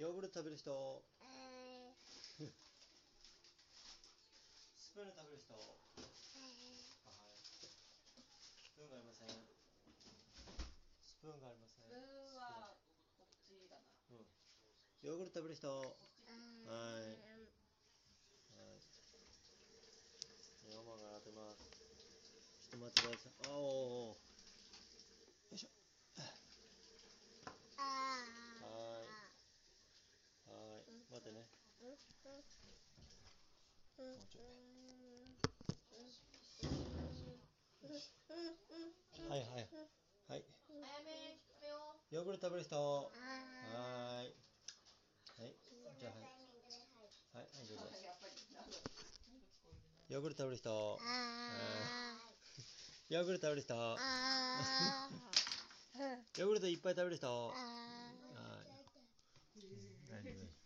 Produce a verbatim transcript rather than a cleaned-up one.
ヨーグルト食べる人。スプーンで食べる人。はい。スプーンがありません。スプーンがありません。 スプーンはこっちだな。 うん。ヨーグルト食べる人。はい。はい。ママが当てます。ちょっと待ってください。あおーおー。よいしょ。はーい。はーい。待ってね。もうちょい。はいはい。はい。ヨーグルト食べる人。はーい。はい。じゃあはい。はい、はい、どうぞ。ヨーグルト食べる人。はーい。ヨーグルト食べる人。ヨーグルトいっぱい食べる人。はーい。